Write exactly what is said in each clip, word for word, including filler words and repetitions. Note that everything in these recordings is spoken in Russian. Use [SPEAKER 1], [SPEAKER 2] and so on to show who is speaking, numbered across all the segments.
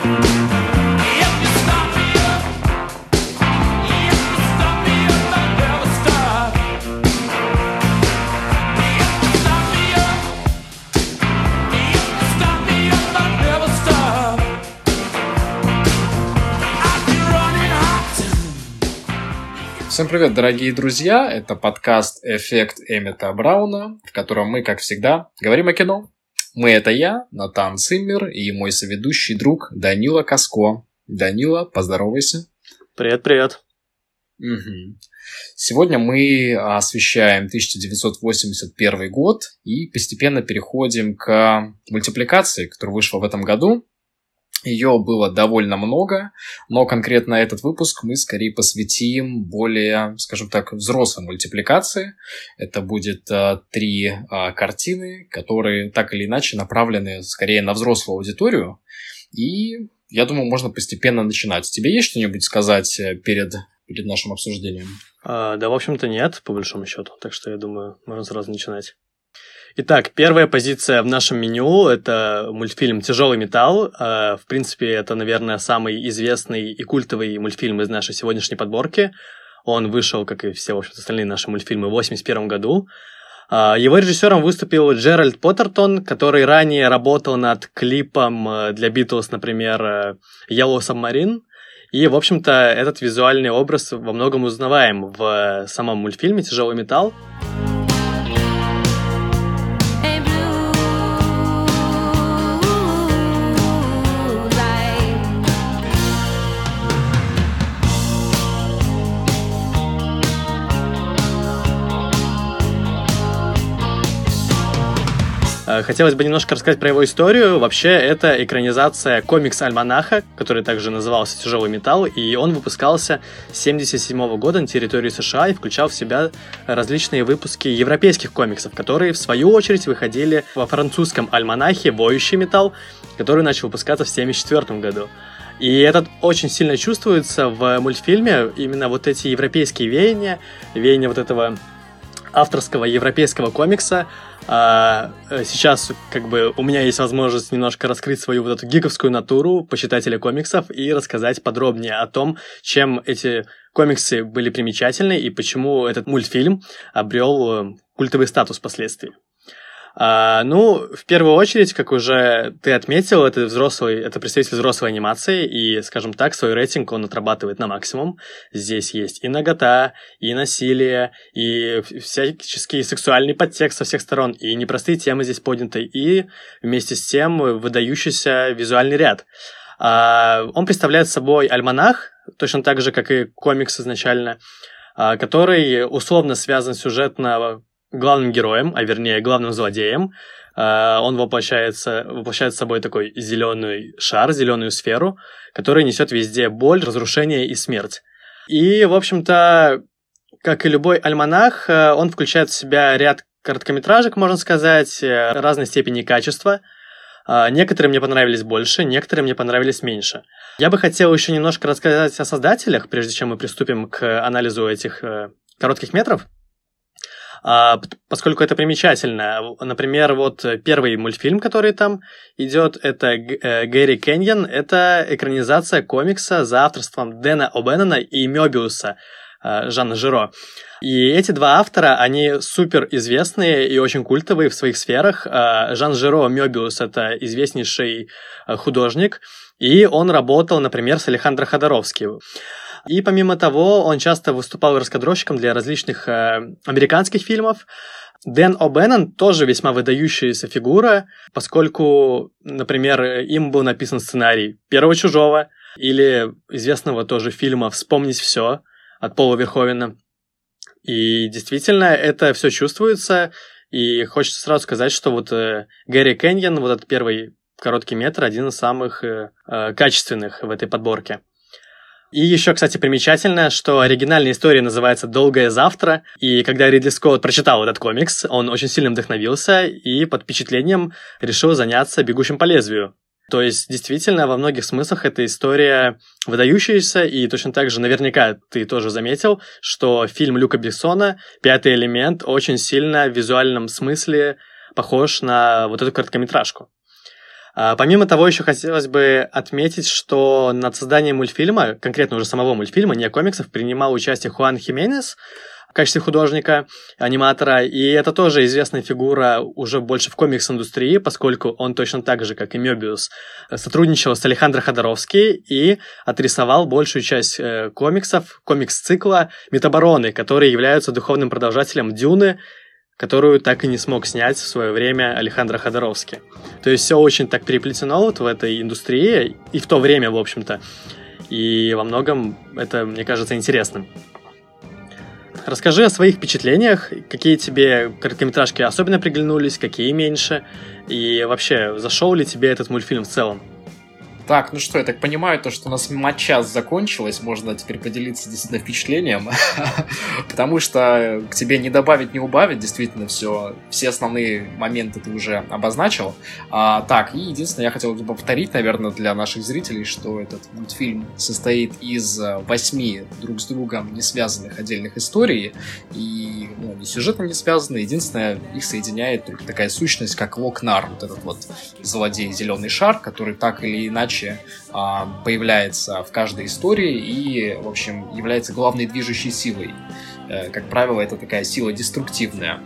[SPEAKER 1] Всем привет, дорогие друзья! Это подкаст «Эффект Эммета Брауна», в котором мы, как всегда, говорим о кино. Мы — это я, Натан Циммер, и мой соведущий друг Данила Каско. Данила, поздоровайся.
[SPEAKER 2] Привет-привет.
[SPEAKER 1] Угу. Сегодня мы освещаем тысяча девятьсот восемьдесят первый год и постепенно переходим к мультипликации, которая вышла в этом году. Ее было довольно много, но конкретно этот выпуск мы скорее посвятим более, скажем так, взрослой мультипликации. Это будет а, три а, картины, которые так или иначе направлены скорее на взрослую аудиторию. И я думаю, можно постепенно начинать. Тебе есть что-нибудь сказать перед, перед нашим обсуждением?
[SPEAKER 2] А, да, в общем-то, нет, по большому счету. Так что я думаю, можно сразу начинать. Итак, первая позиция в нашем меню – это мультфильм «Тяжелый металл». В принципе, это, наверное, самый известный и культовый мультфильм из нашей сегодняшней подборки. Он вышел, как и все, в общем-то, остальные наши мультфильмы, в восемьдесят первом году. Его режиссером выступил Джеральд Поттертон, который ранее работал над клипом для Битлз, например, «Yellow Submarine». И, в общем-то, этот визуальный образ во многом узнаваем в самом мультфильме «Тяжелый металл». Хотелось бы немножко рассказать про его историю. Вообще, это экранизация комикс-альманаха, который также назывался «Тяжелый металл», и он выпускался с семьдесят седьмого года на территории США и включал в себя различные выпуски европейских комиксов, которые, в свою очередь, выходили во французском альманахе «Воющий металл», который начал выпускаться в семьдесят четвёртом году. И это очень сильно чувствуется в мультфильме, именно вот эти европейские веяния, веяния вот этого авторского европейского комикса. А сейчас как бы у меня есть возможность немножко раскрыть свою вот эту гиковскую натуру почитателя комиксов и рассказать подробнее о том, чем эти комиксы были примечательны и почему этот мультфильм обрел культовый статус впоследствии. А, ну, в первую очередь, как уже ты отметил, это взрослый, это представитель взрослой анимации, и, скажем так, свой рейтинг он отрабатывает на максимум. Здесь есть и нагота, и насилие, и всяческий сексуальный подтекст со всех сторон, и непростые темы здесь подняты, и вместе с тем выдающийся визуальный ряд. А, он представляет собой альманах, точно так же, как и комикс изначально, а, который условно связан сюжетно главным героем, а вернее главным злодеем. Uh, он воплощается, воплощает собой такой зеленый шар, зеленую сферу, который несет везде боль, разрушение и смерть. И, в общем-то, как и любой альманах, он включает в себя ряд короткометражек, можно сказать, разной степени качества. Uh, некоторые мне понравились больше, некоторые мне понравились меньше. Я бы хотел еще немножко рассказать о создателях, прежде чем мы приступим к анализу этих uh, коротких метров. Поскольку это примечательно. Например, вот первый мультфильм, который там идет, это Гэри Кэньон. Это экранизация комикса за авторством Дэна О'Беннона и Мёбиуса Жана Жиро. И эти два автора, они супер известные и очень культовые в своих сферах. Жан Жиро Мёбиус — это известнейший художник, и он работал, например, с Алехандро Ходоровски. И помимо того, он часто выступал раскадровщиком для различных э, американских фильмов. Дэн О'Беннон тоже весьма выдающаяся фигура, поскольку, например, им был написан сценарий «Первого чужого» или известного тоже фильма «Вспомнить все» от Пола Верховена. И действительно, это все чувствуется, и хочется сразу сказать, что вот э, Гэри Кэньон, вот этот первый короткий метр, один из самых э, э, качественных в этой подборке. И еще, кстати, примечательно, что оригинальная история называется «Долгое завтра», и когда Ридли Скотт прочитал этот комикс, он очень сильно вдохновился и под впечатлением решил заняться «Бегущим по лезвию». То есть, действительно, во многих смыслах эта история выдающаяся, и точно так же, наверняка, ты тоже заметил, что фильм Люка Бессона «Пятый элемент» очень сильно в визуальном смысле похож на вот эту короткометражку. А, помимо того, еще хотелось бы отметить, что над созданием мультфильма, конкретно уже самого мультфильма, не комиксов, принимал участие Хуан Хименес в качестве художника, аниматора, и это тоже известная фигура уже больше в комикс-индустрии, поскольку он точно так же, как и Мёбиус, сотрудничал с Алехандро Ходоровски и отрисовал большую часть э, комиксов, комикс-цикла «Метабороны», которые являются духовным продолжателем «Дюны», которую так и не смог снять в свое время Алехандро Ходоровски. То есть все очень так переплетено вот в этой индустрии, и в то время, в общем-то, и во многом это, мне кажется, интересным. Расскажи о своих впечатлениях, какие тебе короткометражки особенно приглянулись, какие меньше, и вообще, зашел ли тебе этот мультфильм в целом?
[SPEAKER 1] Так, ну что, я так понимаю, то, что у нас матч-час закончилась, можно теперь поделиться действительно впечатлением, потому что к тебе не добавить, не убавить, действительно, все, все основные моменты ты уже обозначил. А, так, и единственное, я хотел бы повторить, наверное, для наших зрителей, что этот мультфильм состоит из восьми друг с другом не связанных отдельных историй, и ну, они сюжетно не связаны, единственное, их соединяет только такая сущность, как Локнар, вот этот вот злодей зеленый шар, который так или иначе появляется в каждой истории и, в общем, является главной движущей силой. Как правило, это такая сила деструктивная,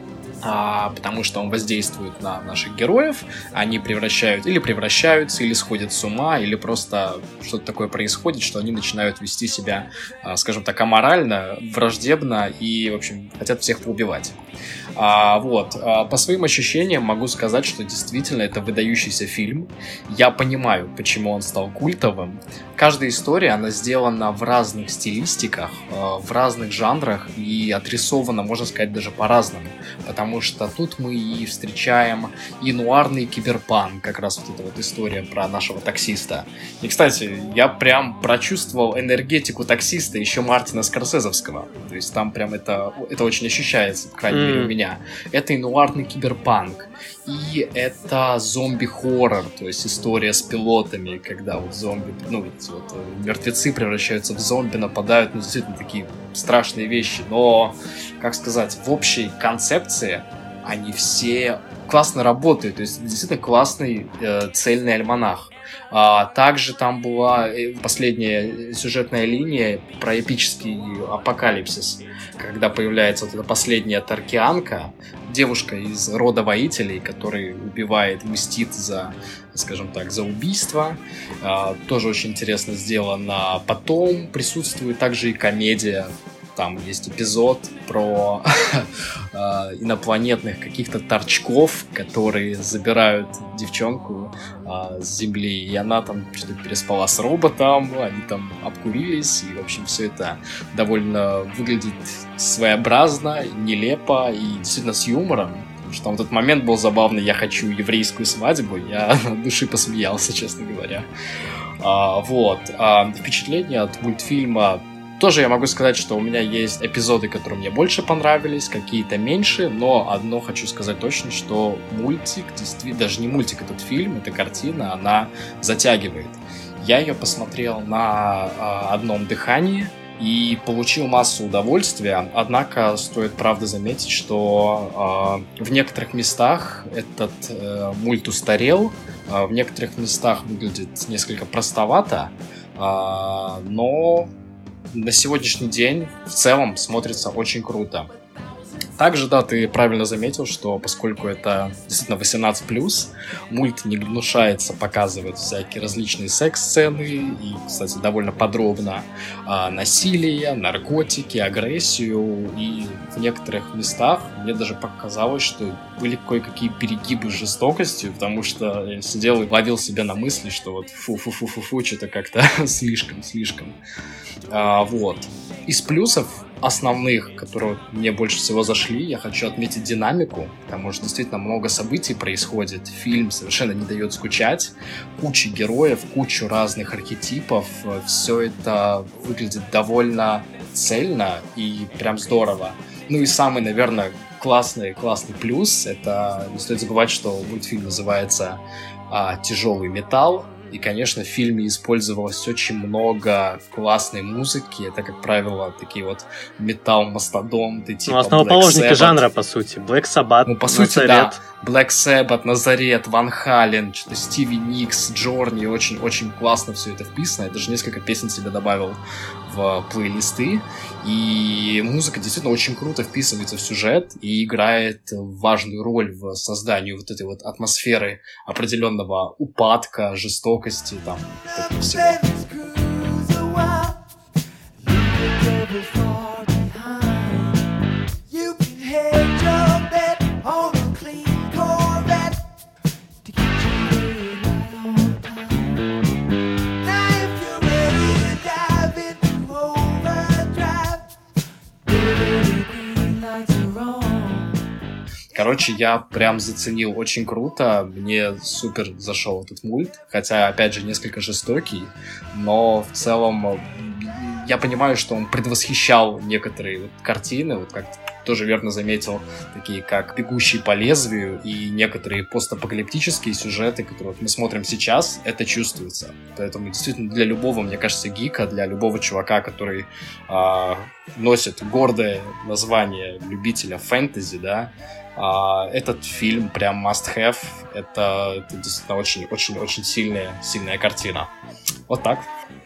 [SPEAKER 1] потому что он воздействует на наших героев, они превращают или превращаются, или сходят с ума, или просто что-то такое происходит, что они начинают вести себя, скажем так, аморально, враждебно и, в общем, хотят всех поубивать. А, вот, а, по своим ощущениям могу сказать, что действительно это выдающийся фильм. Я понимаю, почему он стал культовым. Каждая история, она сделана в разных стилистиках, в разных жанрах и отрисована, можно сказать, даже по-разному. Потому что тут мы и встречаем и нуарный киберпанк, как раз вот эта вот история про нашего таксиста. И, кстати, я прям прочувствовал энергетику таксиста еще Мартина Скорсезовского. То есть там прям это, это очень ощущается, по крайней мере, у меня. Это и нуарный киберпанк, и это зомби-хоррор, то есть история с пилотами, когда вот зомби, ну, вот, мертвецы превращаются в зомби, нападают, ну, действительно, такие страшные вещи, но, как сказать, в общей концепции они все классно работают, то есть действительно классный э, цельный альманах. А, также там была последняя сюжетная линия про эпический апокалипсис, когда появляется вот эта последняя таркианка, девушка из рода воителей, который убивает, мстит за, скажем так, за убийство. А, тоже очень интересно сделано. Потом присутствует также и комедия. Там есть эпизод про э, инопланетных каких-то торчков, которые забирают девчонку э, с Земли, и она там что-то переспала с роботом, они там обкурились, и, в общем, все это довольно выглядит своеобразно, нелепо и действительно с юмором. Потому что там вот этот момент был забавный, я хочу еврейскую свадьбу, я от души посмеялся, честно говоря. А, вот. А, впечатление от мультфильма. Тоже я могу сказать, что у меня есть эпизоды, которые мне больше понравились, какие-то меньше, но одно хочу сказать точно, что мультик, действительно, даже не мультик, этот фильм, эта картина, она затягивает. Я ее посмотрел на э, одном дыхании и получил массу удовольствия, однако стоит, правда, заметить, что э, в некоторых местах этот э, мульт устарел, э, в некоторых местах выглядит несколько простовато, э, но на сегодняшний день в целом смотрится очень круто. Также, да, ты правильно заметил, что поскольку это действительно восемнадцать плюс, мульт не гнушается показывать всякие различные секс-сцены и, кстати, довольно подробно а, насилие, наркотики, агрессию, и в некоторых местах мне даже показалось, что были кое-какие перегибы с жестокостью, потому что я сидел и ловил себя на мысли, что вот фу-фу-фу-фу-фу, что-то как-то слишком-слишком. А, вот. Из плюсов основных, которые мне больше всего зашли, я хочу отметить динамику, потому что действительно много событий происходит, фильм совершенно не дает скучать, куча героев, кучу разных архетипов, все это выглядит довольно цельно и прям здорово. Ну и самый, наверное, классный, классный плюс, это не стоит забывать, что мультфильм называется а, «Тяжелый металл», и, конечно, в фильме использовалось очень много классной музыки. Это, как правило, такие вот метал-мастодонты, типа
[SPEAKER 2] ну, основоположники жанра, по сути. Black Sabbath,
[SPEAKER 1] ну, по сути, да. Black Sabbath, Назарет, Ван Хален, что-то Стиви Никс, Джорни. Очень-очень классно все это вписано. Я даже несколько песен себе добавил в плейлисты. И музыка действительно очень круто вписывается в сюжет и играет важную роль в создании вот этой вот атмосферы определенного упадка, жестокости, там, этого всего. Короче, я прям заценил очень круто, мне супер зашел этот мульт, хотя, опять же, несколько жестокий, но в целом я понимаю, что он предвосхищал некоторые вот картины, вот как ты тоже верно заметил, такие как «Бегущий по лезвию» и некоторые постапокалиптические сюжеты, которые вот мы смотрим сейчас, это чувствуется. Поэтому действительно для любого, мне кажется, гика, для любого чувака, который а, носит гордое название любителя фэнтези, да, Uh, этот фильм прям must have. Это, это действительно очень-очень-очень сильная, сильная картина. Вот так.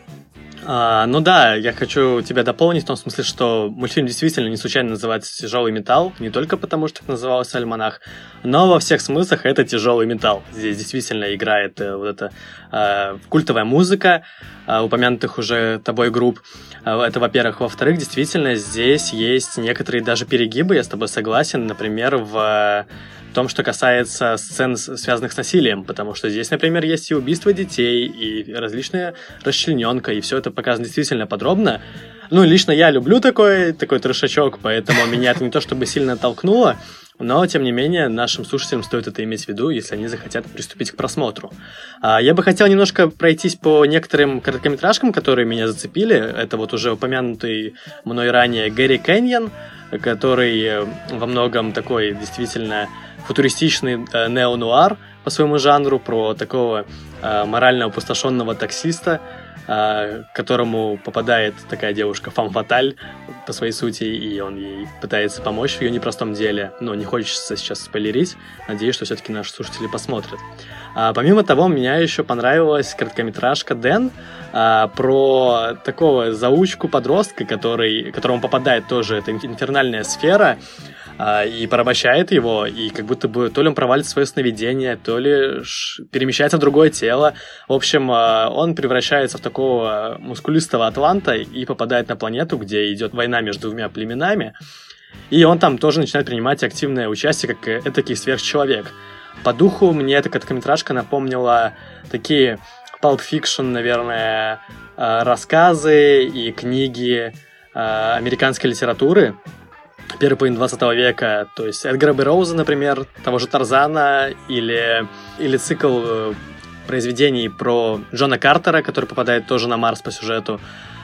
[SPEAKER 2] А, ну да, я хочу тебя дополнить в том смысле, что мультфильм действительно не случайно называется «Тяжелый металл», не только потому, что так назывался «Альманах», но во всех смыслах это тяжелый металл. Здесь действительно играет э, вот эта э, культовая музыка э, упомянутых уже тобой групп. Э, это, во-первых. Во-вторых, действительно, здесь есть некоторые даже перегибы, я с тобой согласен, например, в... В том, что касается сцен, связанных с насилием, потому что здесь, например, есть и убийство детей, и различная расчлененка, и все это показано действительно подробно. Ну, лично я люблю такой, такой трешачок, поэтому меня это не то чтобы сильно толкнуло, но, тем не менее, нашим слушателям стоит это иметь в виду, если они захотят приступить к просмотру. Я бы хотел немножко пройтись по некоторым короткометражкам, которые меня зацепили. Это вот уже упомянутый мной ранее Гэри Кэньон, который во многом такой действительно футуристичный э, неонуар по своему жанру, про такого э, морально опустошенного таксиста, э, к которому попадает такая девушка фам-фаталь по своей сути, и он ей пытается помочь в ее непростом деле, но не хочется сейчас спойлерить, надеюсь, что все-таки наши слушатели посмотрят. А, помимо того, мне еще понравилась короткометражка «Дэн», а, про такого заучку подростка, который, которому попадает тоже эта инфернальная сфера, и порабощает его, и как будто бы то ли он провалит свое сновидение, то ли перемещается в другое тело. В общем, он превращается в такого мускулистого атланта и попадает на планету, где идет война между двумя племенами, и он там тоже начинает принимать активное участие, как этакий сверхчеловек. По духу мне эта короткометражка напомнила такие Pulp Fiction, наверное, рассказы и книги американской литературы первой половины двадцатого века, то есть Эдгара Берроуза, например, того же Тарзана, или, или цикл произведений про Джона Картера, который попадает тоже на Марс по сюжету,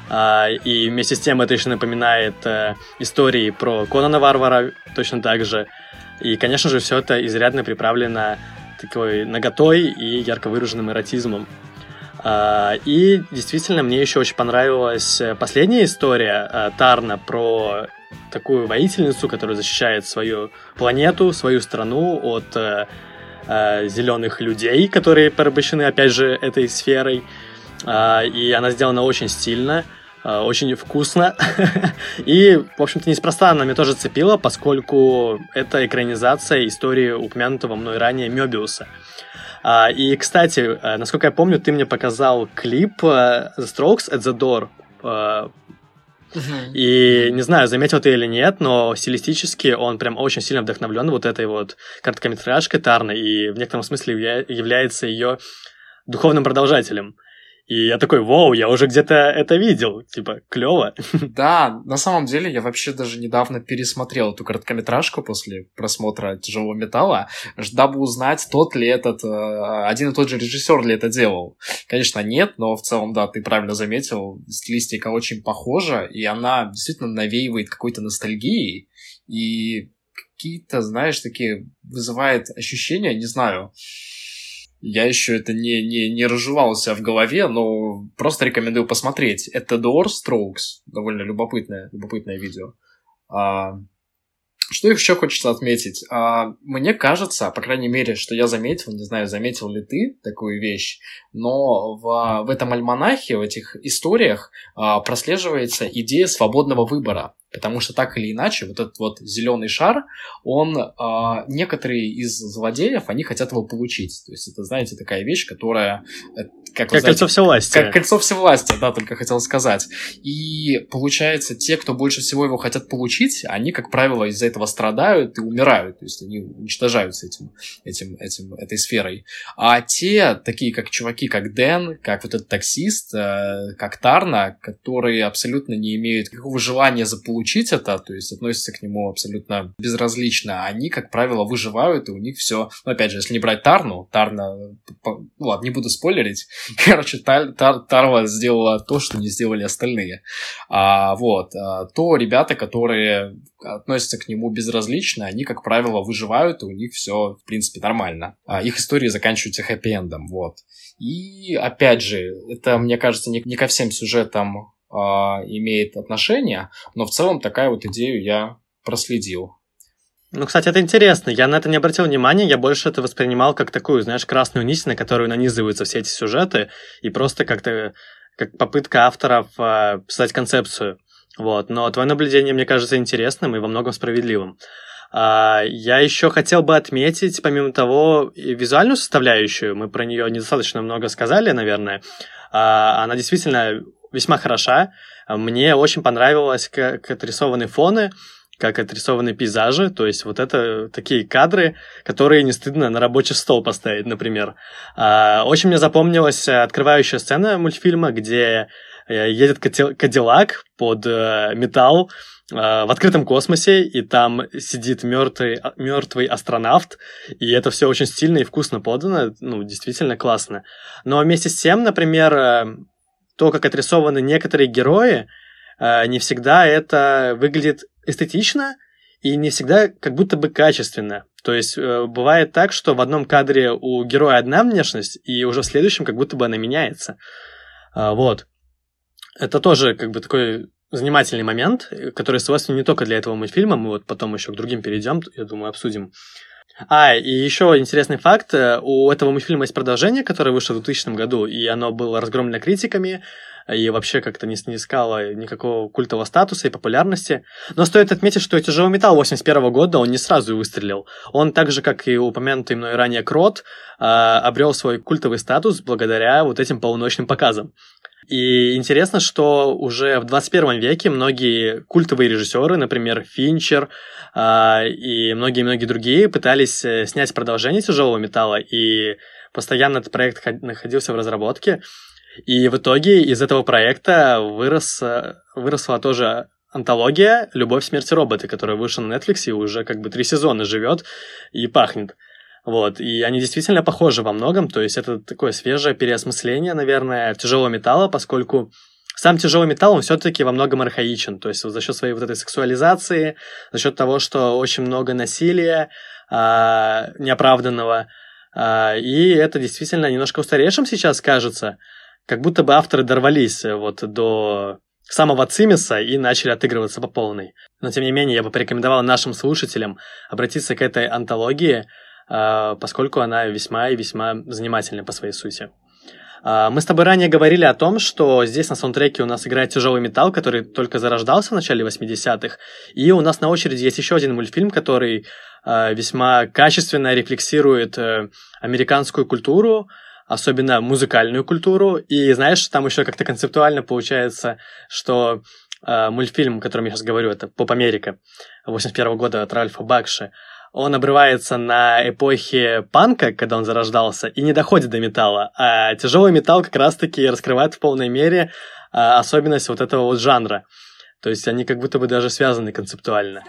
[SPEAKER 2] и вместе с тем это еще напоминает истории про Конана Варвара точно так же, и, конечно же, все это изрядно приправлено такой наготой и ярко выраженным эротизмом. И действительно, мне еще очень понравилась последняя история Тарна про такую воительницу, которая защищает свою планету, свою страну от э, э, зеленых людей, которые порабощены, опять же, этой сферой. Э, и она сделана очень стильно, э, очень вкусно. И, в общем-то, неспроста она меня тоже цепила, поскольку это экранизация истории упомянутого мной ранее Мёбиуса. Uh, и, кстати, uh, насколько я помню, ты мне показал клип uh, The Strokes at the Door. Uh, uh-huh. И не знаю, заметил ты или нет, но стилистически он прям очень сильно вдохновлен вот этой вот короткометражкой Тарны, и в некотором смысле явля- является ее духовным продолжателем. И я такой, вау, я уже где-то это видел, типа, клево.
[SPEAKER 1] Да, на самом деле я вообще даже недавно пересмотрел эту короткометражку после просмотра «Тяжелого металла», дабы узнать, тот ли этот, один и тот же режиссер ли это делал. Конечно, нет, но в целом, да, ты правильно заметил, стилистика очень похожа, и она действительно навеивает какой-то ностальгией, и какие-то, знаешь, такие вызывает ощущения, не знаю... Я еще это не, не, не разжевал у себя в голове, но просто рекомендую посмотреть. Это The Strokes, довольно любопытное, любопытное видео. А, Что еще хочется отметить? Мне кажется, по крайней мере, что я заметил, не знаю, заметил ли ты такую вещь, но в, в этом альманахе, в этих историях прослеживается идея свободного выбора. Потому что так или иначе, вот этот вот зеленый шар, он, э, некоторые из злодеев, они хотят его получить. То есть это, знаете, такая вещь, которая...
[SPEAKER 2] Как, как знаете, кольцо всевластия.
[SPEAKER 1] Как кольцо всевластия, да, только хотел сказать. И получается, те, кто больше всего его хотят получить, они, как правило, из-за этого страдают и умирают. То есть они уничтожаются этим, этим, этим, этой сферой. А те, такие как чуваки, как Дэн, как вот этот таксист, э, как Тарна, которые абсолютно не имеют никакого желания заполучить это, то есть относятся к нему абсолютно безразлично. Они, как правило, выживают, и у них все... Ну, опять же, если не брать Тарну, Тарна... Ну, ладно, не буду спойлерить. Короче, Тар... Тар... Тарва сделала то, что не сделали остальные. А, вот. А, то ребята, которые относятся к нему безразлично, они, как правило, выживают, и у них все, в принципе, нормально. А их истории заканчиваются хэппи-эндом, вот. И, опять же, это, мне кажется, не, не ко всем сюжетам имеет отношение, но в целом такая вот идею я проследил.
[SPEAKER 2] Ну, кстати, это интересно. Я на это не обратил внимания, я больше это воспринимал как такую, знаешь, красную нить, на которую нанизываются все эти сюжеты, и просто как-то как попытка авторов э, писать концепцию. Вот. Но твое наблюдение, мне кажется, интересным и во многом справедливым. А, я еще хотел бы отметить, помимо того, визуальную составляющую. Мы про нее недостаточно много сказали, наверное. А, она действительно весьма хороша. Мне очень понравилось, как отрисованы фоны, как отрисованы пейзажи. То есть вот это такие кадры, которые не стыдно на рабочий стол поставить, например. Очень мне запомнилась открывающая сцена мультфильма, где едет Кадиллак под металл в открытом космосе, и там сидит мертвый, мертвый астронавт, и это все очень стильно и вкусно подано, ну, действительно классно. Но вместе с тем, например, то, как отрисованы некоторые герои, не всегда это выглядит эстетично и не всегда как будто бы качественно. То есть бывает так, что в одном кадре у героя одна внешность, и уже в следующем как будто бы она меняется. Вот. Это тоже как бы такой занимательный момент, который свойственен не только для этого мультфильма, мы вот потом еще к другим перейдем, я думаю, обсудим. А, и еще интересный факт, у этого мультфильма есть продолжение, которое вышло в двухтысячном году, и оно было разгромлено критиками, и вообще как-то не снискало никакого культового статуса и популярности. Но стоит отметить, что «Тяжелый металл» восемьдесят первого года, он не сразу выстрелил. Он так же, как и упомянутый мной ранее Крот, обрел свой культовый статус благодаря вот этим полуночным показам. И интересно, что уже в двадцать первом веке многие культовые режиссеры, например, Финчер э, и многие-многие другие, пытались снять продолжение «Тяжелого металла», и постоянно этот проект находился в разработке. И в итоге из этого проекта вырос, выросла тоже антология «Любовь, смерть и роботы», которая вышла на Netflix и уже как бы три сезона живет и пахнет. Вот, и они действительно похожи во многом, то есть это такое свежее переосмысление, наверное, тяжелого металла, поскольку сам тяжелый металл, он все-таки во многом архаичен, то есть за счет своей вот этой сексуализации, за счет того, что очень много насилия а, неоправданного, а, и это действительно немножко устаревшим сейчас кажется, как будто бы авторы дорвались вот до самого цимиса и начали отыгрываться по полной. Но, тем не менее, я бы порекомендовал нашим слушателям обратиться к этой антологии, поскольку она весьма и весьма занимательна по своей сути. Мы с тобой ранее говорили о том, что здесь на саундтреке у нас играет тяжелый металл, который только зарождался в начале восьмидесятых, и у нас на очереди есть еще один мультфильм, который весьма качественно рефлексирует американскую культуру, особенно музыкальную культуру, и знаешь, там еще как-то концептуально получается, что мультфильм, о котором я сейчас говорю, это «Поп Америка» восемьдесят первого года от Ральфа Бакши, он обрывается на эпохе панка, когда он зарождался, и не доходит до металла. А тяжелый металл как раз-таки раскрывает в полной мере а, особенность вот этого вот жанра. То есть они как будто бы даже связаны концептуально.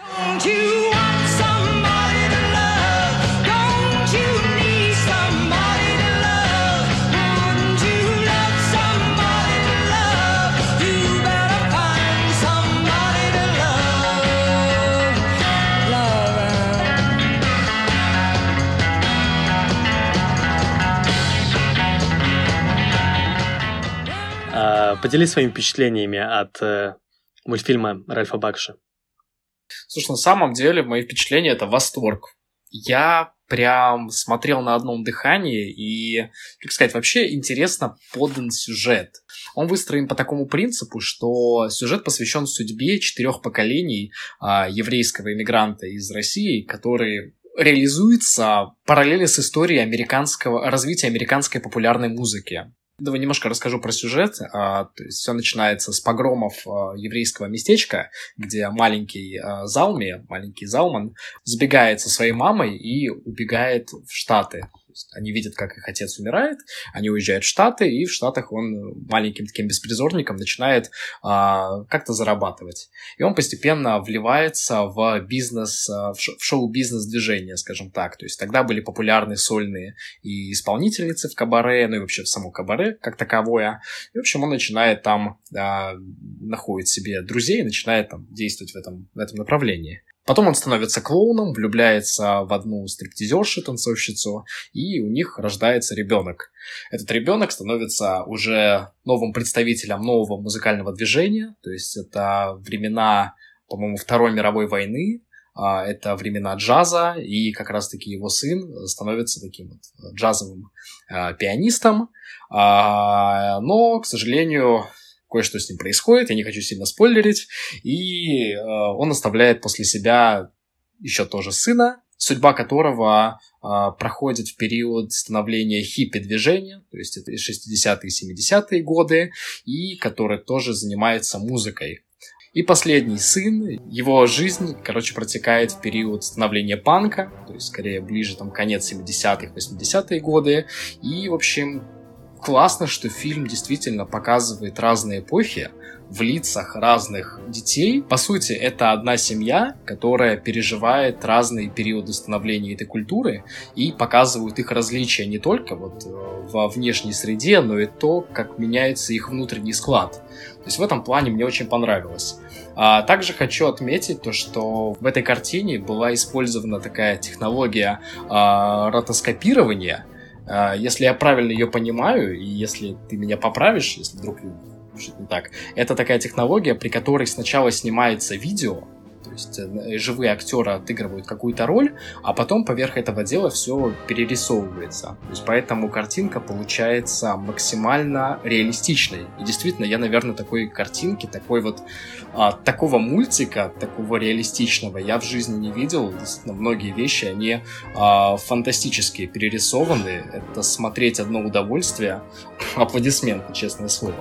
[SPEAKER 2] Поделись своими впечатлениями от э, мультфильма Ральфа Бакши.
[SPEAKER 1] Слушай, на самом деле, мои впечатления — это восторг. Я прям смотрел на одном дыхании, и, как сказать, вообще интересно подан сюжет. Он выстроен по такому принципу, что сюжет посвящен судьбе четырех поколений а, еврейского иммигранта из России, который реализуется параллельно с историей американского, развития американской популярной музыки. Давай немножко расскажу про сюжет. А, то есть все начинается с погромов а, еврейского местечка, где маленький а, Залми, маленький Залман, сбегает со своей мамой и убегает в Штаты. То есть они видят, как их отец умирает, они уезжают в Штаты, и в Штатах он маленьким таким беспризорником начинает а, как-то зарабатывать. И он постепенно вливается в бизнес, в шоу-бизнес-движение, скажем так. То есть тогда были популярны сольные и исполнительницы в кабаре, ну и вообще в само кабаре как таковое. И, в общем, он начинает там, а, находит себе друзей и начинает там действовать в этом, в этом направлении. Потом он становится клоуном, влюбляется в одну стриптизершу, танцовщицу, и у них рождается ребенок. Этот ребенок становится уже новым представителем нового музыкального движения, то есть это времена, по-моему, Второй мировой войны, это времена джаза, и как раз-таки его сын становится таким вот джазовым пианистом, но, к сожалению, кое-что с ним происходит, я не хочу сильно спойлерить, и э, он оставляет после себя еще тоже сына, судьба которого э, проходит в период становления хиппи-движения, то есть это шестидесятые и семидесятые годы, и который тоже занимается музыкой. И последний сын, его жизнь, короче, протекает в период становления панка, то есть скорее ближе там конец семидесятых, восьмидесятые годы, и, в общем, классно, что фильм действительно показывает разные эпохи в лицах разных детей. По сути, это одна семья, которая переживает разные периоды становления этой культуры и показывают их различия не только вот во внешней среде, но и то, как меняется их внутренний склад. То есть в этом плане мне очень понравилось. А также хочу отметить то, что в этой картине была использована такая технология а, ротоскопирования. Если я правильно ее понимаю, и если ты меня поправишь, если вдруг что-то не так, это такая технология, при которой сначала снимается видео, то есть живые актеры отыгрывают какую-то роль, а потом поверх этого дела все перерисовывается. То есть поэтому картинка получается максимально реалистичной. И действительно, я, наверное, такой картинки, такой вот а, такого мультика, такого реалистичного я в жизни не видел. Действительно, многие вещи, они а, фантастически перерисованы. Это смотреть одно удовольствие. Аплодисменты, честное слово.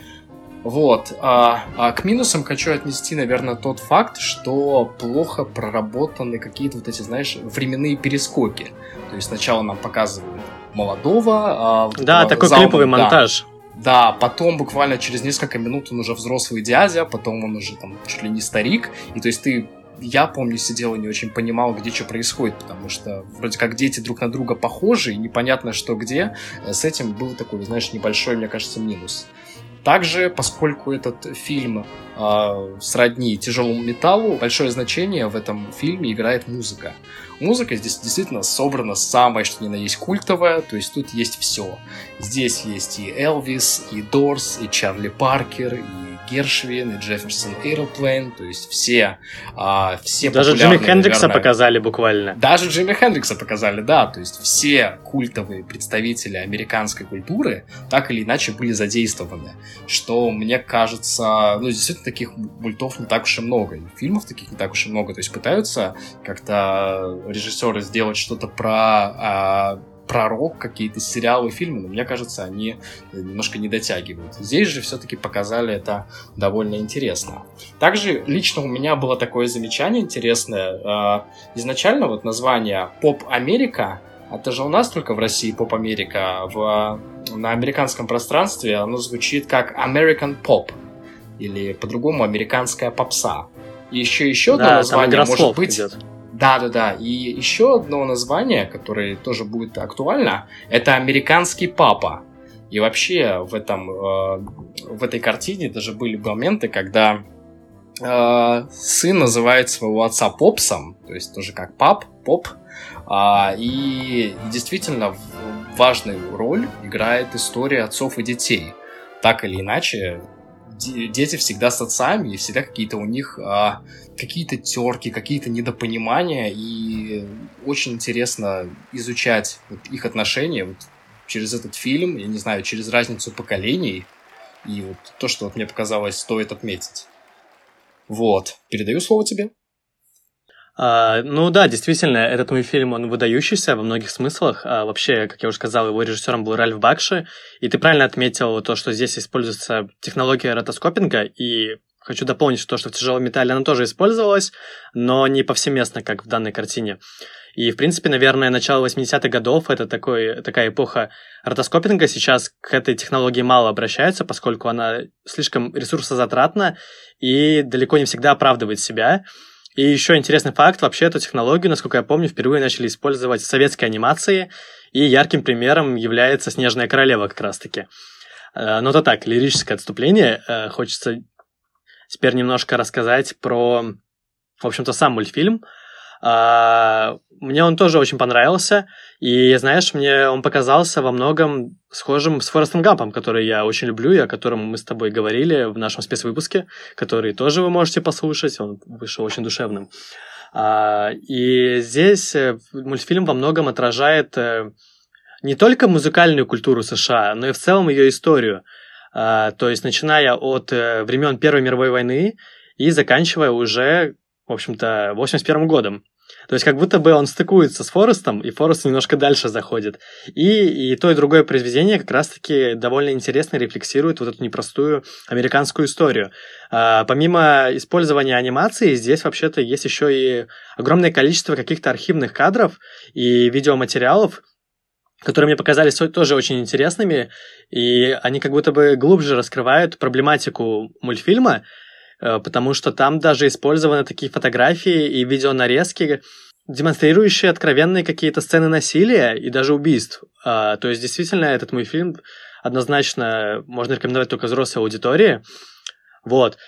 [SPEAKER 1] Вот. А, а к минусам хочу отнести, наверное, тот факт, что плохо проработаны какие-то вот эти, знаешь, временные перескоки. То есть сначала нам показывают молодого. А,
[SPEAKER 2] да, вот, такой Залман, клиповый да. монтаж.
[SPEAKER 1] Да, потом буквально через несколько минут он уже взрослый дядя, потом он уже там чуть ли не старик. И то есть ты, я помню, сидел и не очень понимал, где что происходит, потому что вроде как дети друг на друга похожи, и непонятно, что где. С этим был такой, знаешь, небольшой, мне кажется, минус. Также, поскольку этот фильм э, сродни тяжелому металлу, большое значение в этом фильме играет музыка. Музыка здесь действительно собрана самое, что ни на есть, культовая, то есть тут есть все. Здесь есть и Элвис, и Дорс, и Чарли Паркер, и Гершвин, и Джефферсон Эйроплейн, то есть все, а, все
[SPEAKER 2] даже
[SPEAKER 1] популярные...
[SPEAKER 2] Джимми Хендрикса
[SPEAKER 1] наверное,
[SPEAKER 2] показали буквально.
[SPEAKER 1] Даже Джимми Хендрикса показали, да, то есть все культовые представители американской культуры так или иначе были задействованы, что, мне кажется, ну, действительно, таких мультов не так уж и много, и фильмов таких не так уж и много, то есть пытаются как-то режиссеры сделать что-то про... А, про рок, какие-то сериалы, фильмы, но мне кажется, они немножко не дотягивают. Здесь же все-таки показали это довольно интересно. Также лично у меня было такое замечание интересное. Изначально вот название «Поп-Америка», это же у нас только в России «Поп-Америка», в, на американском пространстве оно звучит как «American Pop», или по-другому «Американская попса». И еще еще одно
[SPEAKER 2] да,
[SPEAKER 1] название может быть...
[SPEAKER 2] Идет.
[SPEAKER 1] Да-да-да, и еще одно название, которое тоже будет актуально, это «Американский папа». И вообще в, этом, э, в этой картине даже были моменты, когда э, сын называет своего отца Попсом, то есть тоже как пап, поп, э, и действительно важную роль играет история отцов и детей. Так или иначе, дети всегда с отцами, и всегда какие-то у них а, какие-то терки, какие-то недопонимания, и очень интересно изучать вот их отношения вот через этот фильм, я не знаю, через разницу поколений, и вот то, что вот мне показалось, стоит отметить. Вот, передаю слово тебе.
[SPEAKER 2] А, ну да, действительно, этот мультфильм, он выдающийся во многих смыслах. А, вообще, как я уже сказал, его режиссером был Ральф Бакши. И ты правильно отметил то, что здесь используется технология ротоскопинга. И хочу дополнить то, что в «Тяжелом металле» она тоже использовалась, но не повсеместно, как в данной картине. И, в принципе, наверное, начало восьмидесятых годов — это такой, такая эпоха ротоскопинга. Сейчас к этой технологии мало обращаются, поскольку она слишком ресурсозатратна и далеко не всегда оправдывает себя. И еще интересный факт, вообще эту технологию, насколько я помню, впервые начали использовать в советской анимации, и ярким примером является «Снежная королева» как раз-таки. Но это так, лирическое отступление. Хочется теперь немножко рассказать про, в общем-то, сам мультфильм. Мне он тоже очень понравился, и, знаешь, мне он показался во многом схожим с Форестом Гампом, который я очень люблю, и о котором мы с тобой говорили в нашем спецвыпуске, который тоже вы можете послушать, он вышел очень душевным. И здесь мультфильм во многом отражает не только музыкальную культуру США, но и в целом ее историю, то есть начиная от времен Первой мировой войны и заканчивая уже, в общем-то, восемьдесят первым годом. То есть как будто бы он стыкуется с Форестом, и Форест немножко дальше заходит. И, и то, и другое произведение как раз-таки довольно интересно рефлексирует вот эту непростую американскую историю. А, помимо использования анимации, здесь вообще-то есть еще и огромное количество каких-то архивных кадров и видеоматериалов, которые мне показались тоже очень интересными, и они как будто бы глубже раскрывают проблематику мультфильма, потому что там даже использованы такие фотографии и видеонарезки, демонстрирующие откровенные какие-то сцены насилия и даже убийств. То есть, действительно, этот мультфильм однозначно можно рекомендовать только взрослой аудитории. Вот.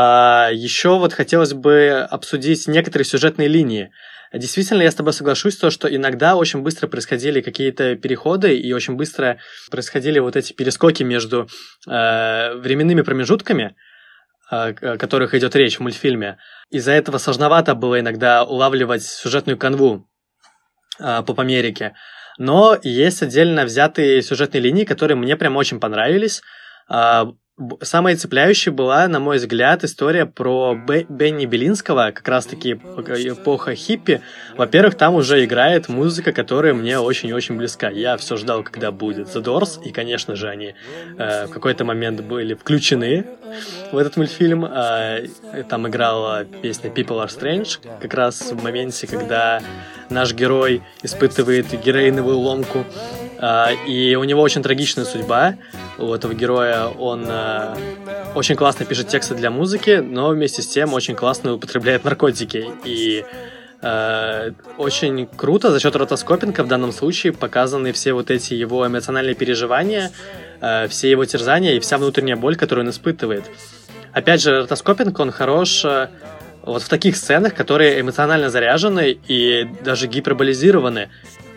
[SPEAKER 2] Еще вот хотелось бы обсудить некоторые сюжетные линии. Действительно, я с тобой соглашусь, то, что иногда очень быстро происходили какие-то переходы и очень быстро происходили вот эти перескоки между временными промежутками, о которых идет речь в мультфильме. Из-за этого сложновато было иногда улавливать сюжетную канву э, поп-Америке. Но есть отдельно взятые сюжетные линии, которые мне прям очень понравились. Э, Самой цепляющей была, на мой взгляд, история про Б- Бенни Белинского, как раз-таки эпоха хиппи. Во-первых, там уже играет музыка, которая мне очень-очень близка. Я все ждал, когда будет The Doors, и, конечно же, они э, в какой-то момент были включены в этот мультфильм. Э, там играла песня People Are Strange, как раз в моменте, когда наш герой испытывает героиновую ломку. Uh, и у него очень трагичная судьба. У этого героя он uh, очень классно пишет тексты для музыки, но вместе с тем очень классно употребляет наркотики. И uh, очень круто за счет ротоскопинга в данном случае показаны все вот эти его эмоциональные переживания, uh, все его терзания и вся внутренняя боль, которую он испытывает. Опять же, ротоскопинг, он хорош uh, вот в таких сценах, которые эмоционально заряжены и даже гиперболизированы,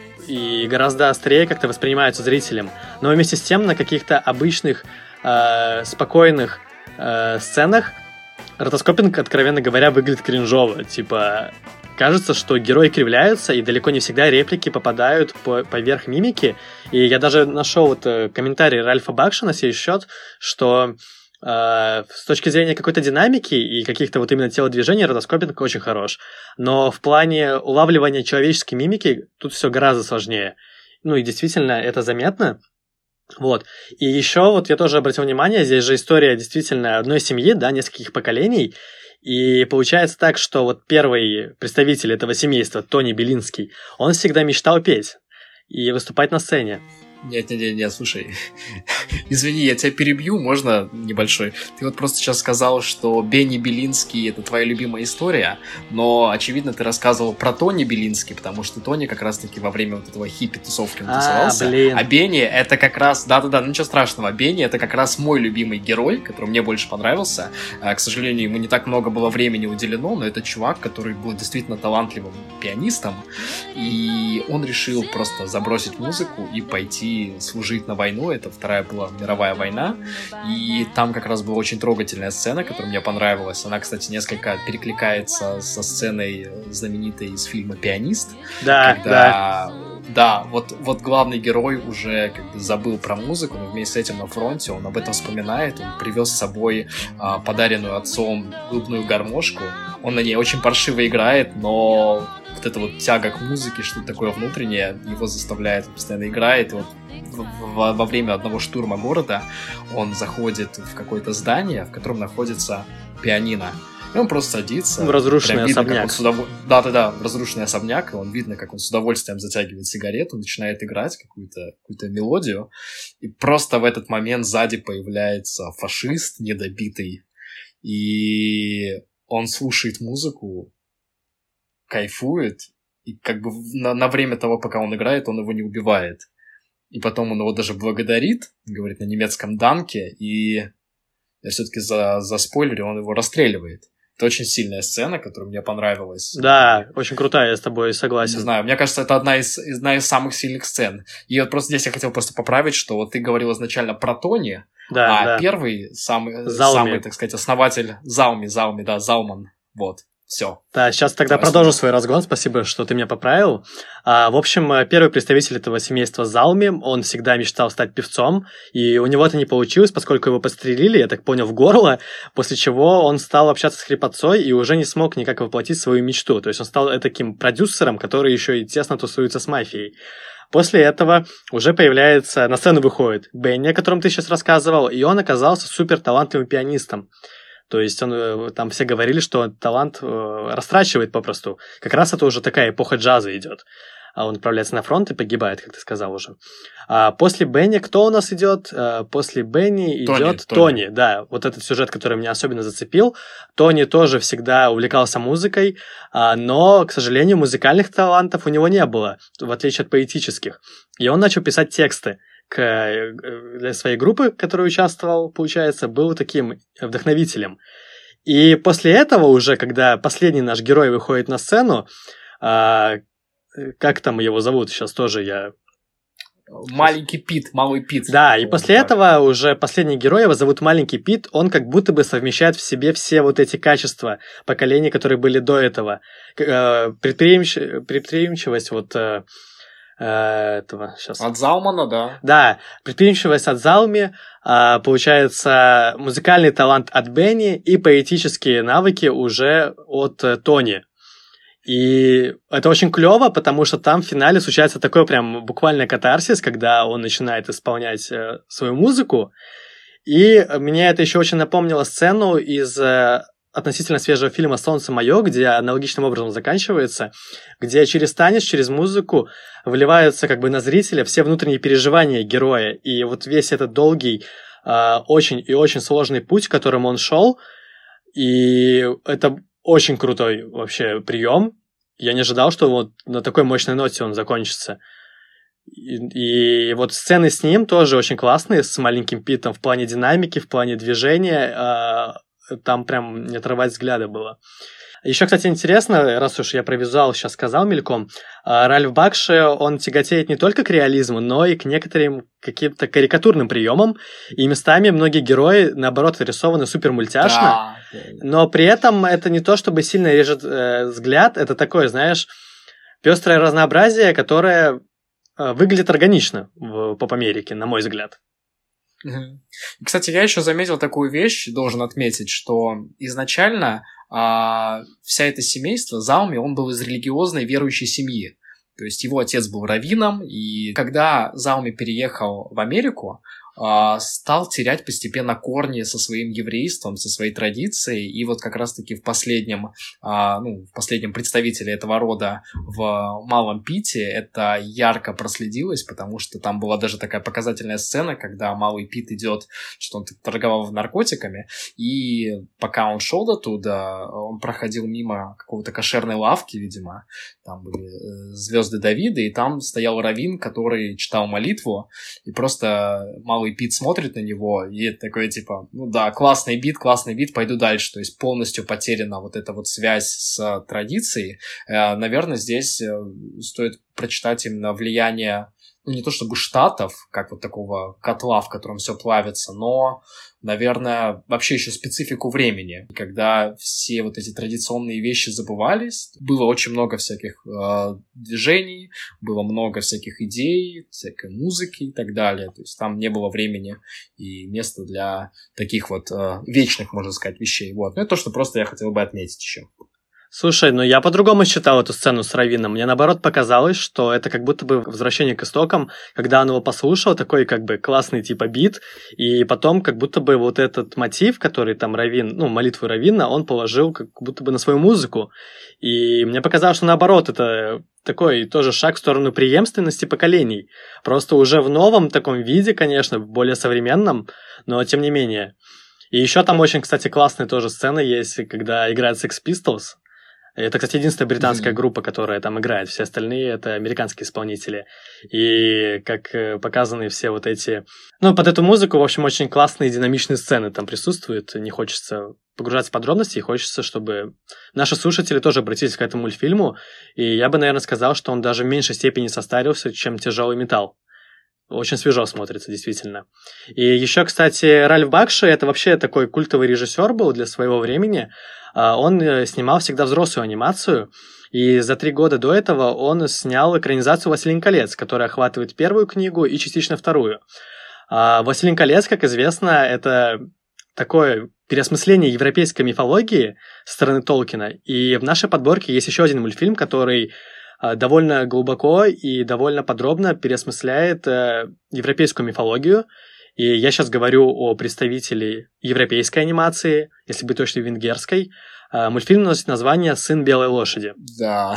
[SPEAKER 2] и гораздо острее как-то воспринимаются зрителем. Но вместе с тем на каких-то обычных, э, спокойных э, сценах ротоскопинг, откровенно говоря, выглядит кринжово. Типа, кажется, что герои кривляются, и далеко не всегда реплики попадают по, поверх мимики. И я даже нашел вот комментарий Ральфа Бакши на сей счет, что Uh, с точки зрения какой-то динамики и каких-то вот именно телодвижений ротоскопинг очень хорош. Но в плане улавливания человеческой мимики тут все гораздо сложнее. Ну и действительно это заметно. Вот. И еще вот я тоже обратил внимание, здесь же история действительно одной семьи, да, нескольких поколений. И получается так, что вот первый представитель этого семейства, Тони Белинский, он всегда мечтал петь и выступать на сцене.
[SPEAKER 1] Нет, нет, нет, нет, слушай, извини, я тебя перебью, можно небольшой? Ты вот просто сейчас сказал, что Бенни Белинский — это твоя любимая история, но, очевидно, ты рассказывал про Тони Белинский, потому что Тони как раз-таки во время вот этого хиппи-тусовки тусовался, а, блин. а Бенни — это как раз, да-да-да, ничего страшного, Бенни — это как раз мой любимый герой, который мне больше понравился. К сожалению, ему не так много было времени уделено, но это чувак, который был действительно талантливым пианистом, и он решил просто забросить музыку и пойти идти служить на войну, это Вторая была мировая война, и там как раз была очень трогательная сцена, которая мне понравилась. Она, кстати, несколько перекликается со сценой знаменитой из фильма «Пианист».
[SPEAKER 2] Да,
[SPEAKER 1] когда...
[SPEAKER 2] да.
[SPEAKER 1] Да, вот, вот главный герой уже как бы забыл про музыку, но вместе с этим на фронте он об этом вспоминает, он привез с собой а, подаренную отцом клубную гармошку, он на ней очень паршиво играет, но вот эта вот тяга к музыке, что-то такое внутреннее, его заставляет, он постоянно играет, и вот во, во время одного штурма города он заходит в какое-то здание, в котором находится пианино. И он просто садится.
[SPEAKER 2] В разрушенный
[SPEAKER 1] видно,
[SPEAKER 2] особняк.
[SPEAKER 1] Удов... Да-да-да, в разрушенный особняк. И он видно, как он с удовольствием затягивает сигарету, начинает играть какую-то, какую-то мелодию. И просто в этот момент сзади появляется фашист недобитый. И он слушает музыку, кайфует. И как бы на, на время того, пока он играет, он его не убивает. И потом он его даже благодарит, говорит на немецком «данке», и я все-таки за, за спойлерю, он его расстреливает. Это очень сильная сцена, которая мне понравилась.
[SPEAKER 2] Да, очень крутая, я с тобой согласен.
[SPEAKER 1] Не знаю, мне кажется, это одна из, одна из самых сильных сцен. И вот просто здесь я хотел просто поправить, что вот ты говорил изначально про Тони,
[SPEAKER 2] да,
[SPEAKER 1] а
[SPEAKER 2] да.
[SPEAKER 1] первый, самый, самый, так сказать, основатель Залми, Залми, да, Залман, вот. Все.
[SPEAKER 2] Да, сейчас тогда
[SPEAKER 1] Спасибо.
[SPEAKER 2] Продолжу свой разгон. Спасибо, что ты меня поправил. А, в общем, первый представитель этого семейства Залми, он всегда мечтал стать певцом, и у него это не получилось, поскольку его подстрелили, я так понял, в горло, после чего он стал общаться с хрипотцой и уже не смог никак воплотить свою мечту. То есть он стал таким продюсером, который еще и тесно тусуется с мафией. После этого уже появляется, на сцену выходит Бенни, о котором ты сейчас рассказывал, и он оказался супер талантливым пианистом. То есть он, там все говорили, что талант э, растрачивает попросту. Как раз это уже такая эпоха джаза идет. А он отправляется на фронт и погибает, как ты сказал уже. А после Бенни кто у нас идет? А после Бенни идет Тони, Тони. Да, вот этот сюжет, который меня особенно зацепил. Тони тоже всегля увлекался музыкой, а, но, к сожалению, музыкальных талантов у него не было, в отличие от поэтических. И он начал писать тексты. К, для своей группы, в которой участвовал, получается, был таким вдохновителем. И после этого уже, когда последний наш герой выходит на сцену, а, как там его зовут, сейчас тоже я...
[SPEAKER 1] Маленький Пит, малый Пит.
[SPEAKER 2] Да, и после так. этого уже последний герой, его зовут Маленький Пит, он как будто бы совмещает в себе все вот эти качества поколений, которые были до этого. Предприимч... Предприимчивость, вот... этого сейчас.
[SPEAKER 1] От Залмана, да.
[SPEAKER 2] Да, предприимчивость от Залми, получается, музыкальный талант от Бенни и поэтические навыки уже от Тони. И это очень клево, потому что там в финале случается такой прям буквально катарсис, когда он начинает исполнять свою музыку. И мне это еще очень напомнило сцену из относительно свежего фильма «Солнце мое», где аналогичным образом заканчивается, где через танец, через музыку вливаются как бы на зрителя все внутренние переживания героя. И вот весь этот долгий, э, очень и очень сложный путь, которым он шел, и это очень крутой вообще прием. Я не ожидал, что вот на такой мощной ноте он закончится. И, и вот сцены с ним тоже очень классные, с маленьким Питом в плане динамики, в плане движения, э, там прям не отрывать взгляда было. Еще, кстати, интересно, раз уж я про визуал сейчас сказал мельком, Ральф Бакши, он тяготеет не только к реализму, но и к некоторым каким-то карикатурным приемам, и местами многие герои, наоборот, рисованы супер мультяшно, да. Но при этом это не то, чтобы сильно режет э, взгляд, это такое, знаешь, пестрое разнообразие, которое э, выглядит органично в поп-Америке, на мой взгляд.
[SPEAKER 1] Кстати, я еще заметил такую вещь, должен отметить, что изначально а, вся это семейство, Залми, он был из религиозной верующей семьи. То есть его отец был раввином, и когда Залми переехал в Америку, а, стал терять постепенно корни со своим еврейством, со своей традицией, и вот как раз-таки в последнем, а, ну, в последнем представителе этого рода в Малом Пите это ярко проследилось, потому что там была даже такая показательная сцена, когда Малый Пит идет, что он торговал наркотиками, и пока он шел оттуда, он проходил мимо какого-то кошерной лавки, видимо, там были звезды Давида, и там стоял раввин, который читал молитву, и просто Малый Пит смотрит на него, и такой, типа, ну да, классный бит, классный бит, пойду дальше. То есть полностью потеряна вот эта вот связь с традицией. Наверное, здесь стоит прочитать именно влияние, ну, не то чтобы штатов, как вот такого котла, в котором все плавится, но, наверное, вообще еще специфику времени, когда все вот эти традиционные вещи забывались. Было очень много всяких э, движений, было много всяких идей, всякой музыки и так далее. То есть там не было времени и места для таких вот э, вечных, можно сказать, вещей. Вот. Ну, это то, что просто я хотел бы отметить еще.
[SPEAKER 2] Слушай, ну я по-другому считал эту сцену с Равином. Мне наоборот показалось, что это как будто бы возвращение к истокам, когда он его послушал, такой как бы классный типа бит, и потом как будто бы вот этот мотив, который там Равин, ну, молитву Равина, он положил как будто бы на свою музыку. И мне показалось, что наоборот, это такой тоже шаг в сторону преемственности поколений. Просто уже в новом таком виде, конечно, более современном, но тем не менее. И еще там очень, кстати, классная тоже сцена есть, когда играет Sex Pistols. Это, кстати, единственная британская mm-hmm. группа, которая там играет. Все остальные — это американские исполнители. И как показаны все вот эти... Ну, под эту музыку, в общем, очень классные динамичные сцены там присутствуют. Не хочется погружаться в подробности, и хочется, чтобы наши слушатели тоже обратились к этому мультфильму. И я бы, наверное, сказал, что он даже в меньшей степени состарился, чем «Тяжелый металл». Очень свежо смотрится, действительно. И еще, кстати, Ральф Бакши — это вообще такой культовый режиссер был для своего времени. Он снимал всегда взрослую анимацию, и за три года до этого он снял экранизацию «Властелин колец», которая охватывает первую книгу и частично вторую. «Властелин колец», как известно, это такое переосмысление европейской мифологии со стороны Толкина. И в нашей подборке есть еще один мультфильм, который довольно глубоко и довольно подробно переосмысляет европейскую мифологию. И я сейчас говорю о представителе европейской анимации, если быть точно венгерской. Мультфильм носит название «Сын белой лошади».
[SPEAKER 1] Да.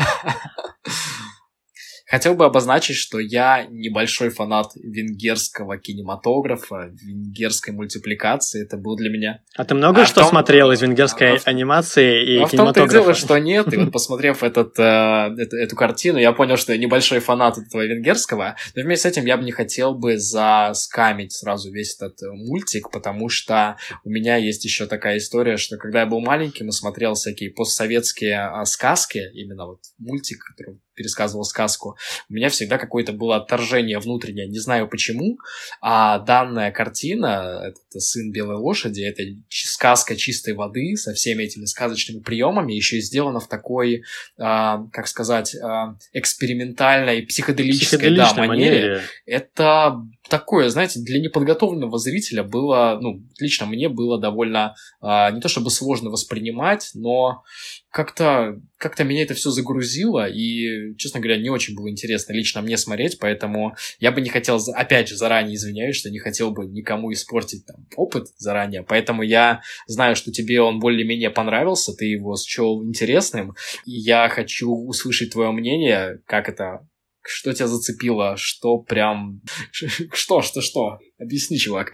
[SPEAKER 1] Хотел бы обозначить, что я небольшой фанат венгерского кинематографа, венгерской мультипликации. Это был для меня...
[SPEAKER 2] А ты много а что том... смотрел из венгерской а анимации и а кинематографа?
[SPEAKER 1] А в том-то и дело, что нет. И вот посмотрев этот, э, эту, эту картину, я понял, что я небольшой фанат этого венгерского. Но вместе с этим я бы не хотел бы заскамить сразу весь этот мультик, потому что у меня есть еще такая история, что когда я был маленьким и смотрел всякие постсоветские а, сказки, именно вот мультик, который пересказывал сказку, у меня всегда какое-то было отторжение внутреннее, не знаю почему, а данная картина, это «Сын белой лошади», это сказка чистой воды со всеми этими сказочными приемами, еще и сделана в такой, а, как сказать, а, экспериментальной, психоделической да, манере. манере. Это такое, знаете, для неподготовленного зрителя было, ну, лично мне было довольно, а, не то чтобы сложно воспринимать, но как-то, как-то меня это все загрузило, и, честно говоря, не очень было интересно лично мне смотреть, поэтому я бы не хотел, опять же, заранее извиняюсь, что не хотел бы никому испортить там опыт заранее, поэтому я знаю, что тебе он более-менее понравился, ты его счел интересным, и я хочу услышать твое мнение, как это, что тебя зацепило, что прям, что, что, что, объясни, чувак.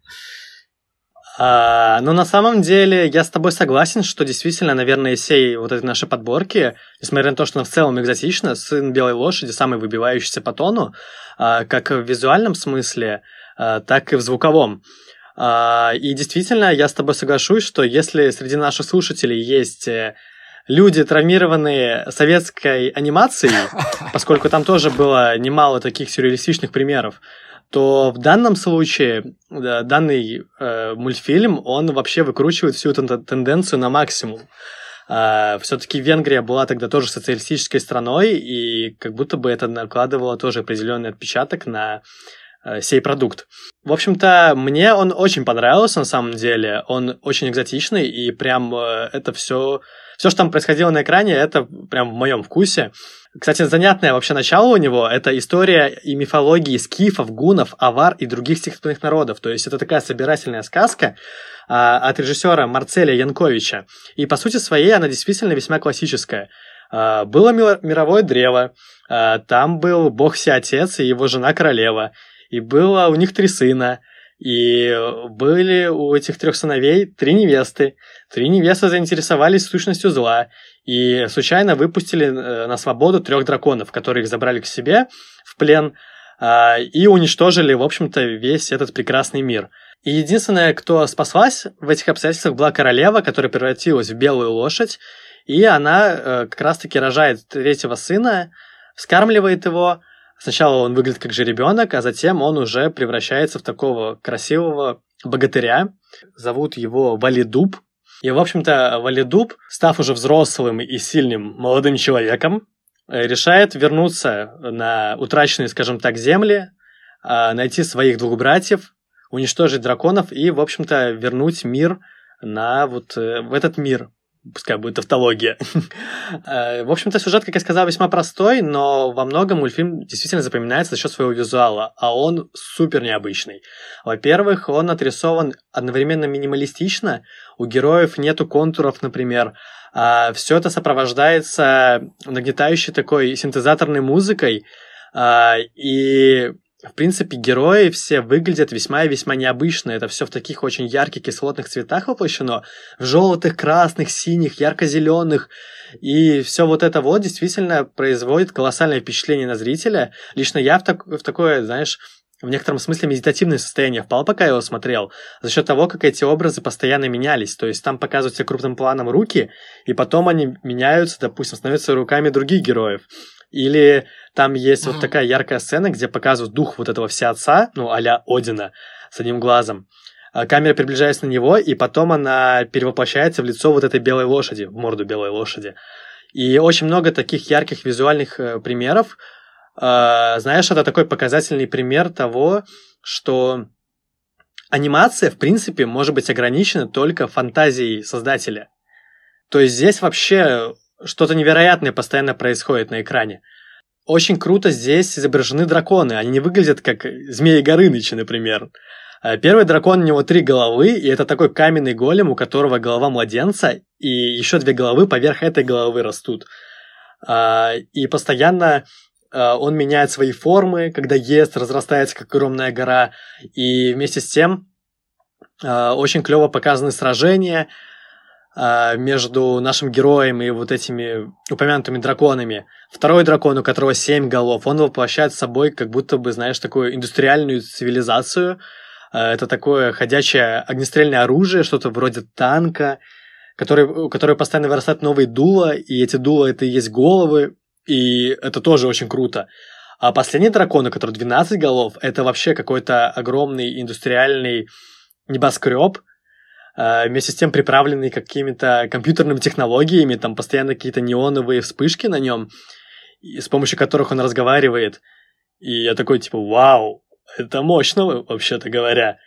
[SPEAKER 2] А, ну, на самом деле, я с тобой согласен, что действительно, наверное, из всей вот этой нашей подборки, несмотря на то, что она в целом экзотична, «Сын белой лошади» самый выбивающийся по тону, а, как в визуальном смысле, а, так и в звуковом. А, и действительно, я с тобой соглашусь, что если среди наших слушателей есть люди, травмированные советской анимацией, поскольку там тоже было немало таких сюрреалистичных примеров, то в данном случае да, данный э, мультфильм, он вообще выкручивает всю эту тенденцию на максимум. Э, все-таки Венгрия была тогда тоже социалистической страной, и как будто бы это накладывало тоже определенный отпечаток на э, сей продукт. В общем-то, мне он очень понравился на самом деле, он очень экзотичный, и прям э, это все... Все, что там происходило на экране, это прям в моем вкусе. Кстати, занятное вообще начало у него – это история и мифологии скифов, гуннов, авар и других степных народов. То есть это такая собирательная сказка а, от режиссера Марцеля Янковича. И по сути своей она действительно весьма классическая. А, было мировое древо, а, там был бог Всеотец и его жена королева, и было у них три сына. И были у этих трех сыновей три невесты. Три невесты заинтересовались сущностью зла и случайно выпустили на свободу трех драконов, которые их забрали к себе в плен и уничтожили, в общем-то, весь этот прекрасный мир. И единственная, кто спаслась в этих обстоятельствах, была королева, которая превратилась в белую лошадь, и она как раз-таки рожает третьего сына, вскармливает его, Сначала он выглядит как жеребенок, а затем он уже превращается в такого красивого богатыря. Зовут его Валидуб. И, в общем-то, Валидуб, став уже взрослым и сильным молодым человеком, решает вернуться на утраченные, скажем так, земли, найти своих двух братьев, уничтожить драконов и, в общем-то, вернуть мир на вот в этот мир. Пускай будет тавтология. В общем-то, сюжет, как я сказал, весьма простой, но во многом мультфильм действительно запоминается за счет своего визуала, а он супер необычный. Во-первых, он отрисован одновременно минималистично, у героев нету контуров, например, а все это сопровождается нагнетающей такой синтезаторной музыкой, и... В принципе, герои все выглядят весьма и весьма необычно. Это все в таких очень ярких кислотных цветах воплощено. В желтых, красных, синих, ярко-зеленых. И все вот это вот действительно производит колоссальное впечатление на зрителя. Лично я в, так, в такое, знаешь, в некотором смысле медитативное состояние впал, пока я его смотрел, за счет того, как эти образы постоянно менялись. То есть там показывают себе крупным планом руки, и потом они меняются, допустим, становятся руками других героев. Или там есть mm-hmm. вот такая яркая сцена, где показывают дух вот этого всеотца, ну, а-ля Одина, с одним глазом. Камера приближается на него, и потом она перевоплощается в лицо вот этой белой лошади, в морду белой лошади. И очень много таких ярких визуальных э, примеров. Э, знаешь, это такой показательный пример того, что анимация, в принципе, может быть ограничена только фантазией создателя. То есть здесь вообще... Что-то невероятное постоянно происходит на экране. Очень круто здесь изображены драконы. Они не выглядят как Змеи Горыныча, например. Первый дракон, у него три головы, и это такой каменный голем, у которого голова младенца, и еще две головы поверх этой головы растут. И постоянно он меняет свои формы, когда ест, разрастается как огромная гора. И вместе с тем очень клево показаны сражения между нашим героем и вот этими упомянутыми драконами. Второй дракон, у которого семь голов, он воплощает собой как будто бы, знаешь, такую индустриальную цивилизацию. Это такое ходячее огнестрельное оружие, что-то вроде танка, который, у которого постоянно вырастают новые дула, и эти дула — это и есть головы, и это тоже очень круто. А последний дракон, у которого двенадцать голов, это вообще какой-то огромный индустриальный небоскреб, вместе с тем приправленный какими-то компьютерными технологиями, там постоянно какие-то неоновые вспышки на нем, с помощью которых он разговаривает. И я такой, типа, вау, это мощно, вообще-то говоря.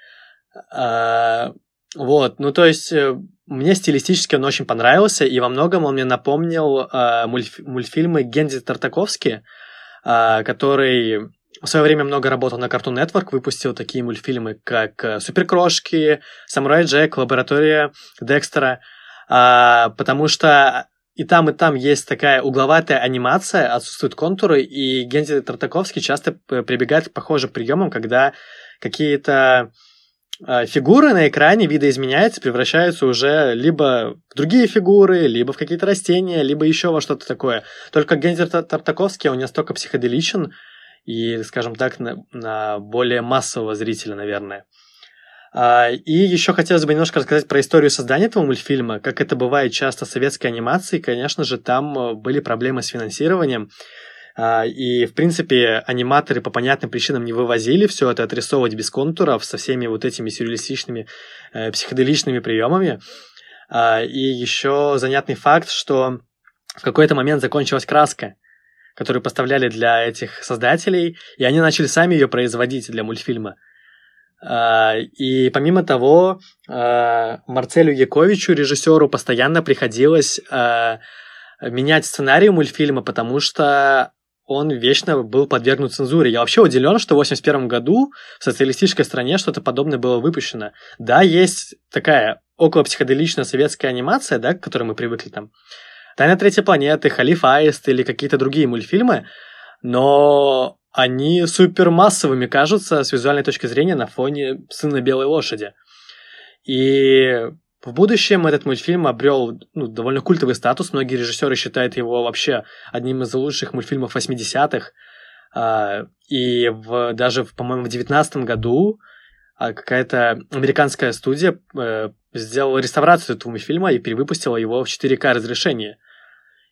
[SPEAKER 2] А, вот, ну то есть, мне стилистически он очень понравился, и во многом он мне напомнил а, мультф- мультфильмы Гензи Тартаковски, а, который... В свое время много работал на Cartoon Network, выпустил такие мультфильмы, как «Суперкрошки», «Самурай Джек», «Лаборатория Декстера», а, потому что и там, и там есть такая угловатая анимация, отсутствуют контуры, и Гензи Тартаковский часто прибегает к похожим приемам, когда какие-то а, фигуры на экране видоизменяются, превращаются уже либо в другие фигуры, либо в какие-то растения, либо еще во что-то такое. Только Гензи Тартаковский, он не настолько психоделичен, и, скажем так, на, на более массового зрителя, наверное. А, и еще хотелось бы немножко рассказать про историю создания этого мультфильма. Как это бывает часто в советской анимации, конечно же, там были проблемы с финансированием. А, и, в принципе, аниматоры по понятным причинам не вывозили все это отрисовывать без контуров со всеми вот этими сюрреалистичными, э, психоделичными приемами. А, и еще занятный факт, что в какой-то момент закончилась краска, которую поставляли для этих создателей, и они начали сами ее производить для мультфильма. И помимо того, Марцелю Яковичу, режиссеру, постоянно приходилось менять сценарий мультфильма, потому что он вечно был подвергнут цензуре. Я вообще удивлен, что в восемьдесят первом году в социалистической стране что-то подобное было выпущено. Да, есть такая околопсиходеличная советская анимация, да, к которой мы привыкли там, «Тайна третьей планеты», «Халиф Аист» или какие-то другие мультфильмы, но они супермассовыми кажутся с визуальной точки зрения на фоне «Сына белой лошади». И в будущем этот мультфильм обрел ну, довольно культовый статус. Многие режиссеры считают его вообще одним из лучших мультфильмов восьмидесятых. И в, даже, по-моему, в девятнадцатом году какая-то американская студия сделала реставрацию этого мультфильма и перевыпустила его в четыре ка разрешении.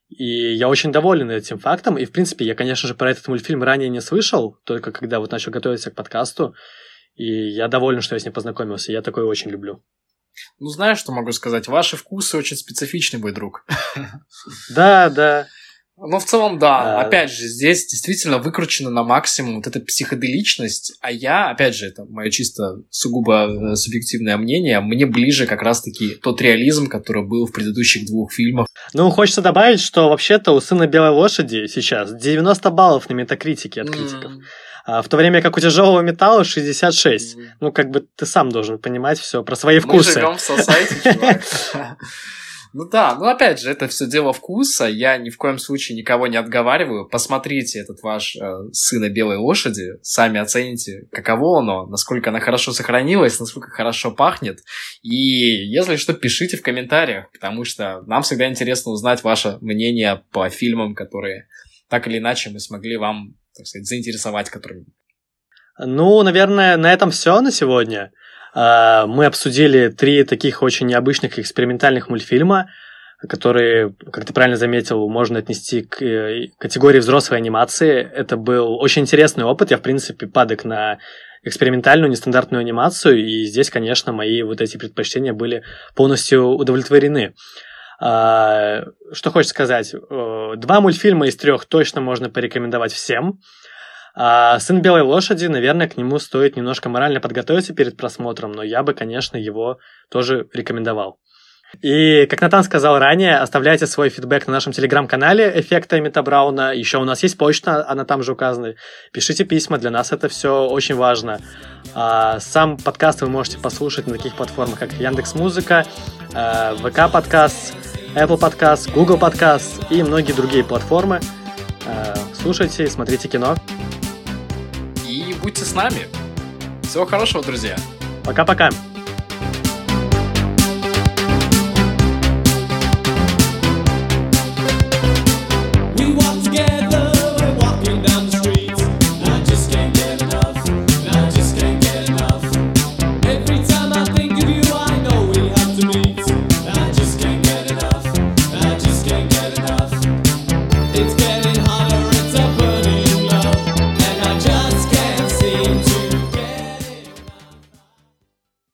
[SPEAKER 2] И я очень доволен этим фактом. И, в принципе, я, конечно же, про этот мультфильм ранее не слышал, только когда вот начал готовиться к подкасту. И я доволен, что я с ним познакомился. Я такое очень люблю.
[SPEAKER 1] Ну, знаешь, что могу сказать? Ваши вкусы очень специфичны, мой друг.
[SPEAKER 2] Да, да.
[SPEAKER 1] Ну, в целом, да.
[SPEAKER 2] А...
[SPEAKER 1] Опять же, здесь действительно выкручена на максимум вот эта психоделичность. А я, опять же, это мое чисто сугубо субъективное мнение, мне ближе как раз-таки тот реализм, который был в предыдущих двух фильмах.
[SPEAKER 2] Ну, хочется добавить, что вообще-то у «Сына белой лошади» сейчас девяносто баллов на метакритике от критиков. Mm. А в то время как у «Тяжелого металла» шестьдесят шесть. Mm. Ну, как бы ты сам должен понимать все про свои вкусы.
[SPEAKER 1] Мы живем в сосайте, чувак. Ну да, ну опять же, это все дело вкуса, я ни в коем случае никого не отговариваю. Посмотрите этот ваш э, «Сына белой лошади», сами оцените, каково оно, насколько оно хорошо сохранилось, насколько хорошо пахнет. И если что, пишите в комментариях, потому что нам всегда интересно узнать ваше мнение по фильмам, которые так или иначе мы смогли вам, так сказать, заинтересовать которыми.
[SPEAKER 2] Ну, наверное, на этом все на сегодня. Мы обсудили три таких очень необычных экспериментальных мультфильма, которые, как ты правильно заметил, можно отнести к категории взрослой анимации. Это был очень интересный опыт. Я, в принципе, падок на экспериментальную, нестандартную анимацию, и здесь, конечно, мои вот эти предпочтения были полностью удовлетворены. Что хочешь сказать? Два мультфильма из трех точно можно порекомендовать всем. А «Сын белой лошади», наверное, к нему стоит немножко морально подготовиться перед просмотром, но я бы, конечно, его тоже рекомендовал. И, как Натан сказал ранее, оставляйте свой фидбэк на нашем телеграм-канале «Эффекта Эммета Брауна». Еще у нас есть почта, она там же указана. Пишите письма, для нас это все очень важно. А сам подкаст вы можете послушать на таких платформах, как Яндекс.Музыка, ВК подкаст, Apple подкаст, Google подкаст и многие другие платформы. Слушайте и смотрите кино.
[SPEAKER 1] И будьте с нами. Всего хорошего, друзья.
[SPEAKER 2] Пока-пока.